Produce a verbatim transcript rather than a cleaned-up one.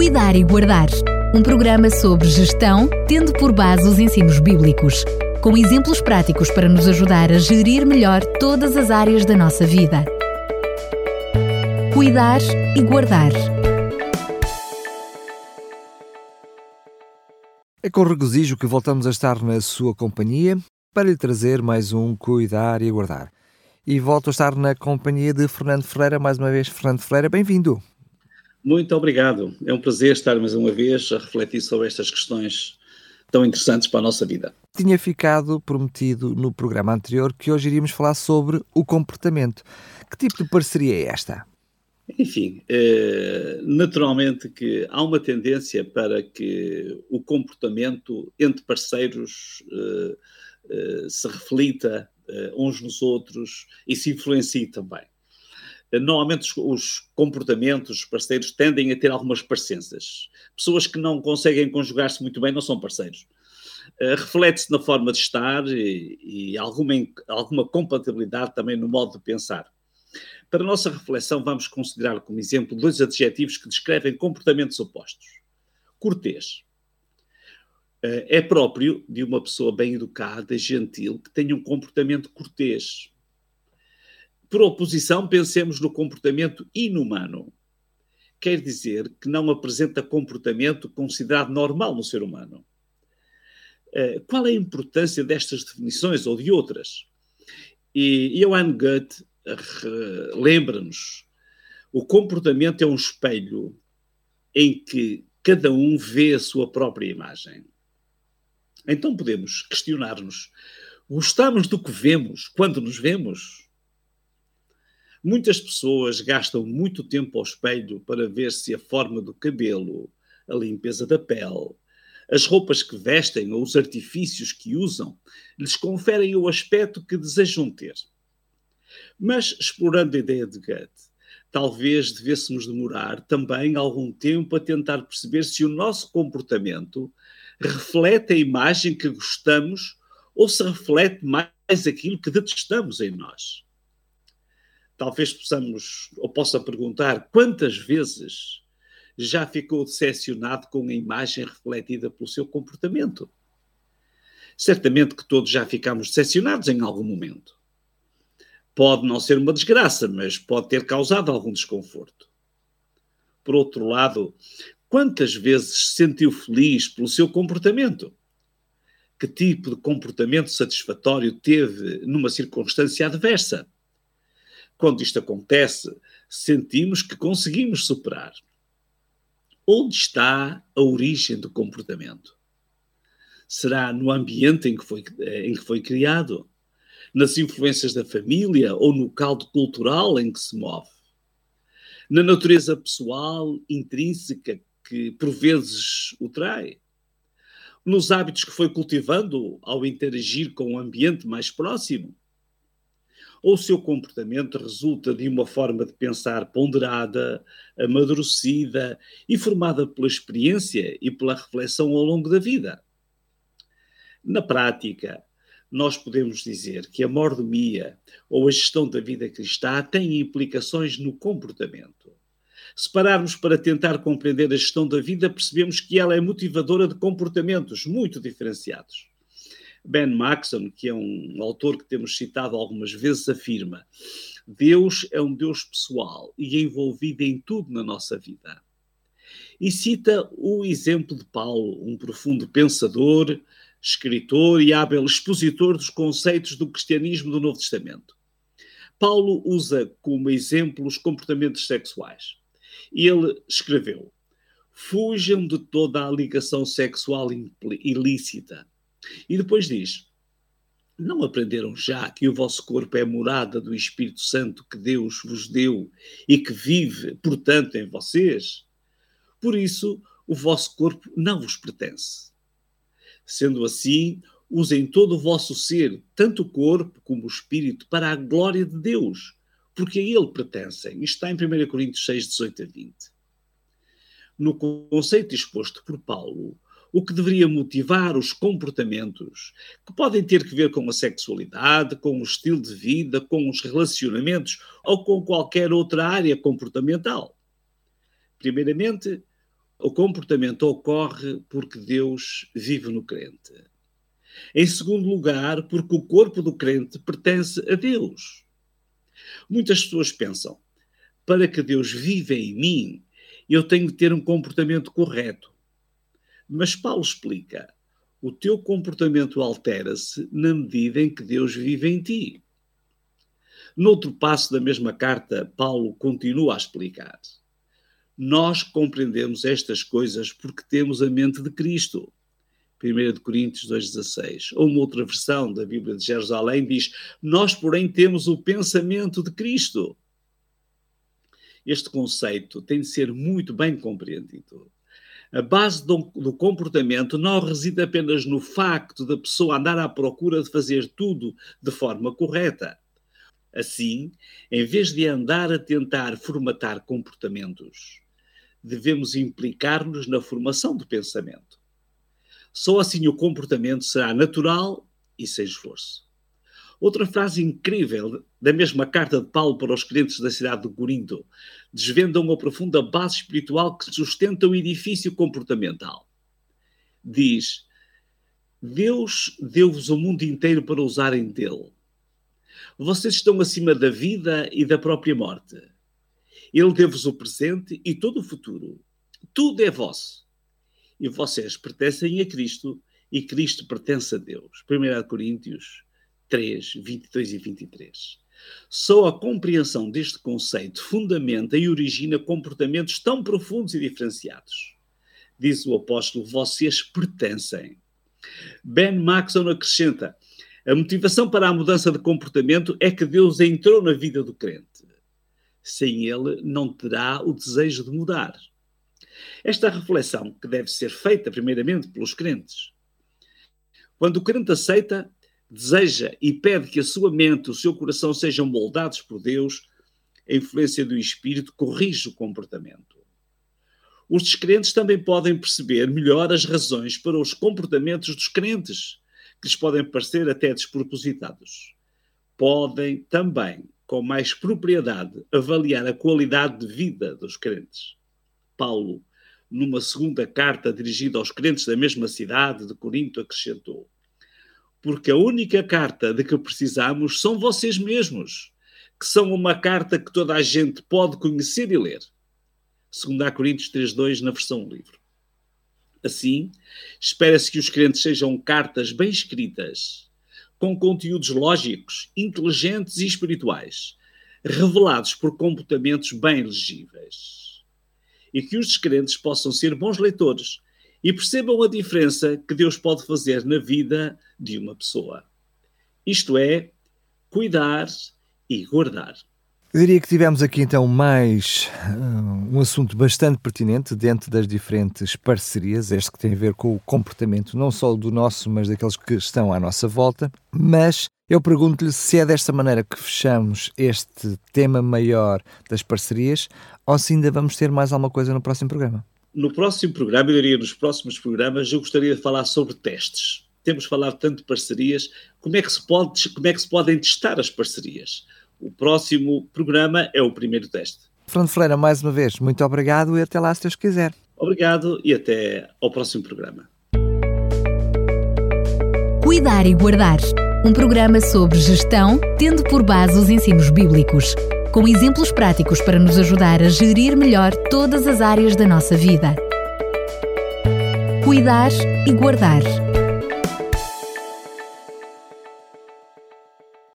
Cuidar e Guardar, um programa sobre gestão, tendo por base os ensinos bíblicos, com exemplos práticos para nos ajudar a gerir melhor todas as áreas da nossa vida. Cuidar e Guardar. É com regozijo que voltamos a estar na sua companhia para lhe trazer mais um Cuidar e Guardar. E volto a estar na companhia de Fernando Ferreira, mais uma vez. Fernando Ferreira, bem-vindo. Muito obrigado. É um prazer estar mais uma vez a refletir sobre estas questões tão interessantes para a nossa vida. Tinha ficado prometido no programa anterior que hoje iríamos falar sobre o comportamento. Que tipo de parceria é esta? Enfim, eh, naturalmente que há uma tendência para que o comportamento entre parceiros eh, eh, se reflita eh, uns nos outros e se influencie também. Normalmente os, os comportamentos dos parceiros tendem a ter algumas parecenças. Pessoas que não conseguem conjugar-se muito bem não são parceiros. Uh, reflete-se na forma de estar e, e alguma, alguma compatibilidade também no modo de pensar. Para a nossa reflexão, vamos considerar como exemplo dois adjetivos que descrevem comportamentos opostos. Cortês. Uh, é próprio de uma pessoa bem educada e gentil que tenha um comportamento cortês. Por oposição, pensemos no comportamento inumano. Quer dizer que não apresenta comportamento considerado normal no ser humano. Uh, qual é a importância destas definições ou de outras? E Johann Goethe uh, lembra-nos: o comportamento é um espelho em que cada um vê a sua própria imagem. Então podemos questionar-nos: gostamos do que vemos quando nos vemos? Muitas pessoas gastam muito tempo ao espelho para ver se a forma do cabelo, a limpeza da pele, as roupas que vestem ou os artifícios que usam lhes conferem o aspecto que desejam ter. Mas, explorando a ideia de Goethe, talvez devêssemos demorar também algum tempo a tentar perceber se o nosso comportamento reflete a imagem que gostamos ou se reflete mais aquilo que detestamos em nós. Talvez possamos, ou possa perguntar, quantas vezes já ficou decepcionado com a imagem refletida pelo seu comportamento? Certamente que todos já ficamos decepcionados em algum momento. Pode não ser uma desgraça, mas pode ter causado algum desconforto. Por outro lado, quantas vezes se sentiu feliz pelo seu comportamento? Que tipo de comportamento satisfatório teve numa circunstância adversa? Quando isto acontece, sentimos que conseguimos superar. Onde está a origem do comportamento? Será no ambiente em que foi, em que foi criado? Nas influências da família ou no caldo cultural em que se move? Na natureza pessoal, intrínseca, que por vezes o trai? Nos hábitos que foi cultivando ao interagir com o ambiente mais próximo? Ou o seu comportamento resulta de uma forma de pensar ponderada, amadurecida e formada pela experiência e pela reflexão ao longo da vida? Na prática, nós podemos dizer que a mordomia ou a gestão da vida cristã tem implicações no comportamento. Se pararmos para tentar compreender a gestão da vida, percebemos que ela é motivadora de comportamentos muito diferenciados. Ben Maxon, que é um autor que temos citado algumas vezes, afirma: Deus é um Deus pessoal e envolvido em tudo na nossa vida. E cita o exemplo de Paulo, um profundo pensador, escritor e hábil expositor dos conceitos do cristianismo do Novo Testamento. Paulo usa como exemplo os comportamentos sexuais. Ele escreveu: fujam de toda a ligação sexual ilícita. E depois diz: não aprenderam já que o vosso corpo é morada do Espírito Santo que Deus vos deu e que vive, portanto, em vocês? Por isso, o vosso corpo não vos pertence. Sendo assim, usem todo o vosso ser, tanto o corpo como o espírito, para a glória de Deus, porque a Ele pertencem. Isto está em primeira Coríntios seis, dezoito a vinte. No conceito exposto por Paulo, o que deveria motivar os comportamentos que podem ter que ver com a sexualidade, com o estilo de vida, com os relacionamentos ou com qualquer outra área comportamental. Primeiramente, O comportamento ocorre porque Deus vive no crente. Em segundo lugar, porque o corpo do crente pertence a Deus. Muitas pessoas pensam, para que Deus viva em mim, eu tenho que ter um comportamento correto. Mas Paulo explica, o teu comportamento altera-se na medida em que Deus vive em ti. Noutro passo da mesma carta, Paulo continua a explicar. Nós compreendemos estas coisas porque temos a mente de Cristo. primeira Coríntios dois, dezasseis. Ou uma outra versão da Bíblia de Jerusalém diz, nós, porém, temos o pensamento de Cristo. Este conceito tem de ser muito bem compreendido. A base do, do comportamento não reside apenas no facto da pessoa andar à procura de fazer tudo de forma correta. Assim, em vez de andar a tentar formatar comportamentos, devemos implicar-nos na formação do pensamento. Só assim o comportamento será natural e sem esforço. Outra frase incrível da mesma carta de Paulo para os crentes da cidade de Corinto desvenda uma profunda base espiritual que sustenta o edifício comportamental. Diz, Deus deu-vos o mundo inteiro para usarem dele. Vocês estão acima da vida e da própria morte. Ele deu-vos o presente e todo o futuro. Tudo é vosso. E vocês pertencem a Cristo e Cristo pertence a Deus. primeira Coríntios três, vinte e dois e vinte e três. Só a compreensão deste conceito fundamenta e origina comportamentos tão profundos e diferenciados. Diz o apóstolo, vocês pertencem. Ben Maxon acrescenta, a motivação para a mudança de comportamento é que Deus entrou na vida do crente. Sem ele, não terá o desejo de mudar. Esta reflexão que deve ser feita primeiramente pelos crentes. Quando o crente aceita, deseja e pede que a sua mente e o seu coração sejam moldados por Deus, a influência do Espírito corrige o comportamento. Os descrentes também podem perceber melhor as razões para os comportamentos dos crentes, que lhes podem parecer até despropositados. Podem também, com mais propriedade, avaliar a qualidade de vida dos crentes. Paulo, numa segunda carta dirigida aos crentes da mesma cidade de Corinto, acrescentou, porque a única carta de que precisamos são vocês mesmos, que são uma carta que toda a gente pode conhecer e ler. segunda Coríntios três, dois, na versão livre. Assim, espera-se que os crentes sejam cartas bem escritas, com conteúdos lógicos, inteligentes e espirituais, revelados por comportamentos bem legíveis. E que os descrentes possam ser bons leitores e percebam a diferença que Deus pode fazer na vida de uma pessoa. Isto é, cuidar e guardar. Eu diria que tivemos aqui então mais uh, um assunto bastante pertinente dentro das diferentes parcerias, este que tem a ver com o comportamento, não só do nosso, mas daqueles que estão à nossa volta. Mas eu pergunto-lhe se é desta maneira que fechamos este tema maior das parcerias ou se ainda vamos ter mais alguma coisa no próximo programa. No próximo programa, eu diria nos próximos programas, eu gostaria de falar sobre testes. Temos falado tanto de parcerias, como é que se pode, como é que se podem testar as parcerias? O próximo programa é o primeiro teste. Fernando Ferreira, mais uma vez, muito obrigado e até lá se Deus quiser. Obrigado e até ao próximo programa. Cuidar e Guardar. Um programa sobre gestão, tendo por base os ensinos bíblicos, com exemplos práticos para nos ajudar a gerir melhor todas as áreas da nossa vida. Cuidar e Guardar.